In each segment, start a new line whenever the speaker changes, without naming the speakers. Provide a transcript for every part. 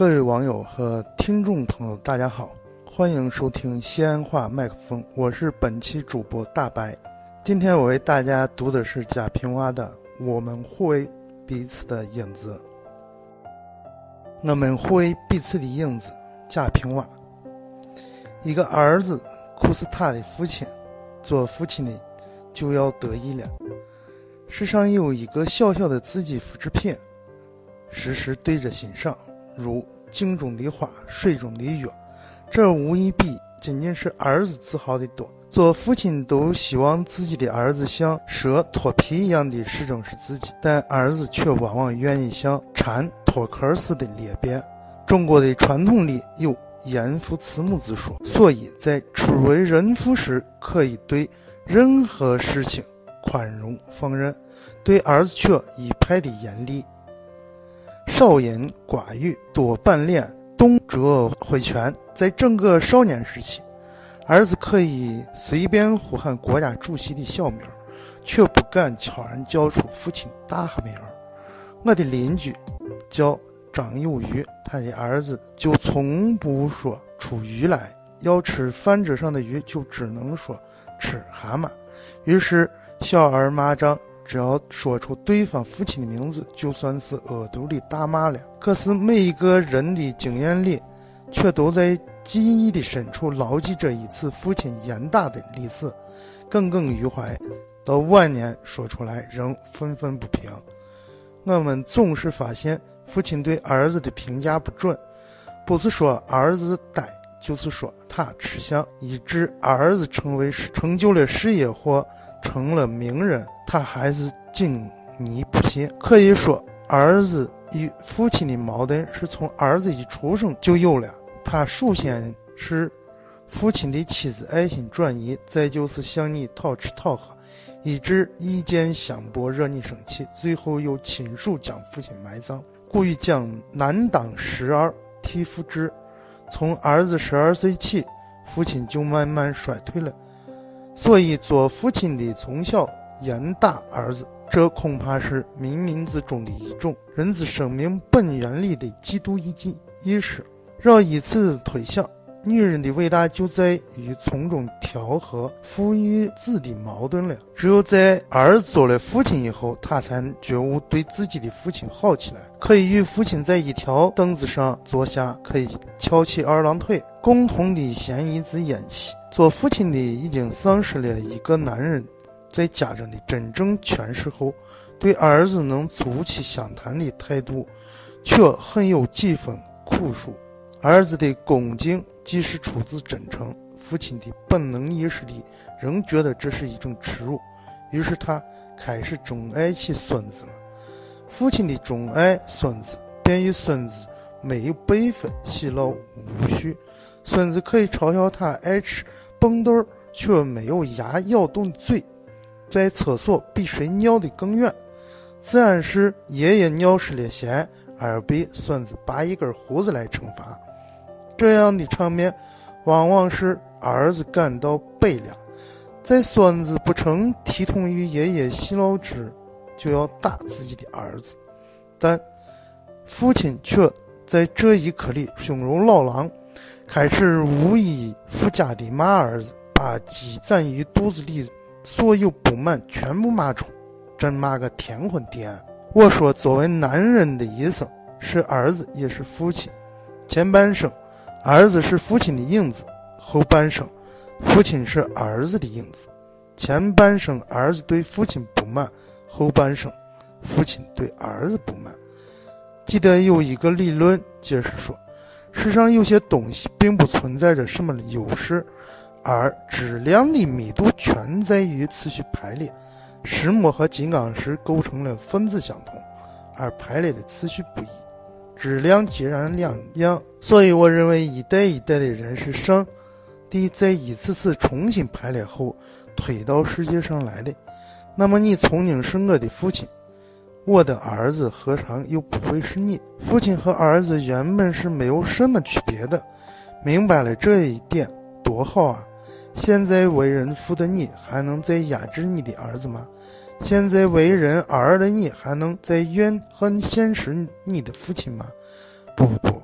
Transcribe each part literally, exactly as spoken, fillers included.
各位网友和听众朋友大家好，欢迎收听西安话麦克风，我是本期主播大白。今天我为大家读的是贾平凹的《我们互为彼此的影子》。我们互为彼此的影子，贾平凹。一个儿子哭死他的父亲，做父亲的就要得意了。世上有一个小小的字迹复制品，时时对着心上，如镜中的花，水中的月，这无疑比仅仅是儿子自豪的多。做父亲都希望自己的儿子像蛇脱皮一样的实证实自己，但儿子却往往愿意像蝉脱壳似的裂变。中国的传统里有严父慈母之说，所以在初为人父时，可以对任何事情宽容放任，对儿子却一派的严厉。少淫寡欲，多半恋，动辄挥拳。在整个少年时期，儿子可以随便呼喊国家主席的小名，却不敢悄然叫出父亲大名。我的邻居叫张有余，他的儿子就从不说出鱼来，要吃饭桌上的鱼就只能说吃蛤蟆。于是小儿麻张，只要说出对方父亲的名字，就算是额头里大骂了。可是每一个人的经验里，却都在记忆的深处牢记这一次父亲严打的历史，耿耿于怀，到晚年说出来仍愤愤不平。我们总是发现父亲对儿子的评价不准，不是说儿子呆，就是说他吃相，以致儿子成为成就了事业或成了名人，他还是谨泥不信。可以说儿子与父亲的矛盾是从儿子一出生就有了，他首先是父亲的妻子爱心转移，再就是向你讨吃讨喝，以致意见相驳惹你生气，最后又亲手将父亲埋葬。古语讲男当十二替父之，从儿子十二岁起，父亲就慢慢衰退了。所以做父亲的从小严打儿子，这恐怕是冥冥之中的一种人之生命本源里的嫉妒意识。绕以此推想，女人的伟大就在于从中调和父与子的矛盾了。只有在儿子做了父亲以后，他才觉悟对自己的父亲好起来，可以与父亲在一条凳子上坐下，可以翘起二郎腿，共同的衔一支烟气。做父亲的已经丧失了一个男人在家中的真正权势后，对儿子能促膝相谈的态度却很有几分苦楚。儿子的恭敬即使出自真诚，父亲的本能意识里仍觉得这是一种耻辱，于是他开始钟爱起孙子了。父亲的钟爱孙子，便与孙子没有辈分，喜乐无序。孙子可以嘲笑他爱吃蹦豆，却没有牙咬动嘴，在厕所比谁尿得更远。自然是爷爷尿失了鞋，而被孙子拔一根胡子来惩罚。这样的场面往往是儿子感到悲凉，在孙子不成体统于爷爷喜乐之，就要打自己的儿子。但父亲却在这一刻里胸如老狼，开始无以复加地骂儿子，把积攒于肚子里所有不满全部骂出，真骂个天昏地暗。我说作为男人的一生，是儿子也是父亲，前半生儿子是父亲的影子，后半生父亲是儿子的影子。前半生儿子对父亲不满，后半生父亲对儿子不满。记得有一个理论解释说，世上有些东西并不存在着什么优势，而质量的密度全在于次序排列。石墨和金刚石构成了分子相同，而排列的次序不一，质量截然两样。所以我认为一代一代的人是上帝在一次次重新排列后推到世界上来的。那么你曾经是我的父亲，我的儿子何尝又不会是你？父亲和儿子原本是没有什么区别的，明白了这一点多好啊！现在为人父的你还能再压制你的儿子吗？现在为人儿的你还能再怨恨现实你的父亲吗？不不不，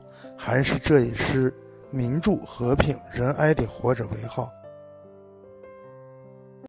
还是这一诗“民主和平，人爱得活着为好”，